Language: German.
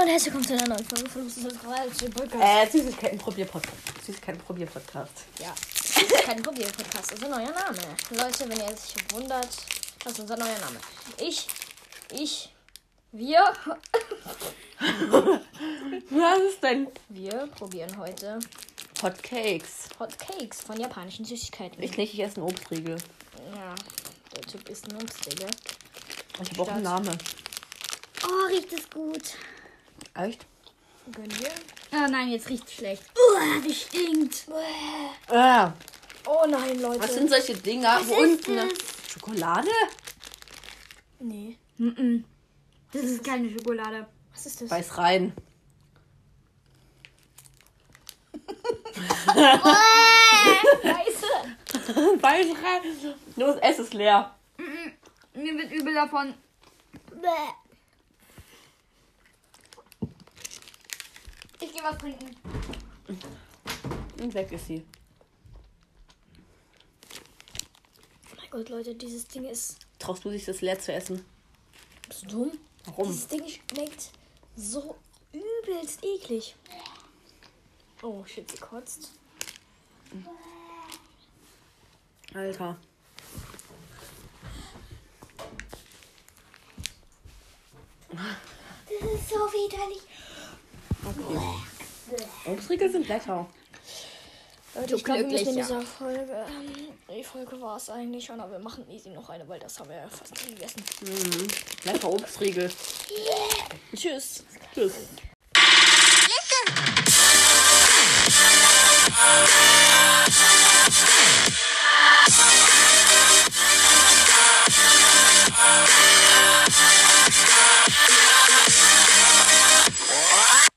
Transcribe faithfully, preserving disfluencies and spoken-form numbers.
und herzlich willkommen zu einer neuen Folge von Süßigkeiten Podcast. Äh, Süßigkeiten-Probier-Podcast. Süßigkeiten-Probier-Podcast. Ja, Süßigkeiten-Probier-Podcast ist unser neuer Name. Leute, wenn ihr sich wundert, was ist unser neuer Name? Ich, ich, wir. Was ist denn? Wir probieren heute Hot Cakes. Hot Cakes von japanischen Süßigkeiten. Ich nicht, ich esse einen Obstriegel. Ja, der Typ ist ein Obstriegel. Ich habe auch einen Namen. Oh, riecht es gut. Echt? Gönnen wir? Oh nein, jetzt riecht es schlecht. Uh, wie stinkt. Ah, Oh nein, Leute. was sind solche Dinger? Wo ist unten? das? Schokolade? Nee. Mm-mm. Das ist keine Schokolade. Was ist das? Beiß rein. Scheiße. Beiß rein. Los, es ist leer. Mir wird übel davon. Ich gehe was trinken. Und weg ist sie. Oh mein Gott, Leute, dieses Ding ist... Traust du dich, das leer zu essen? Bist du dumm? Warum? Dieses Ding schmeckt so übelst eklig. Oh, shit, sie kotzt. Alter. Das ist so widerlich. Okay. Obstriegel sind lecker. Leute, ich glaube, wir müssen in dieser Folge... Die Folge war es eigentlich schon, aber wir machen easy noch eine, weil das haben wir ja fast nie gegessen. Mhm. Lecker Obstriegel. Tschüss. Tschüss. Listen.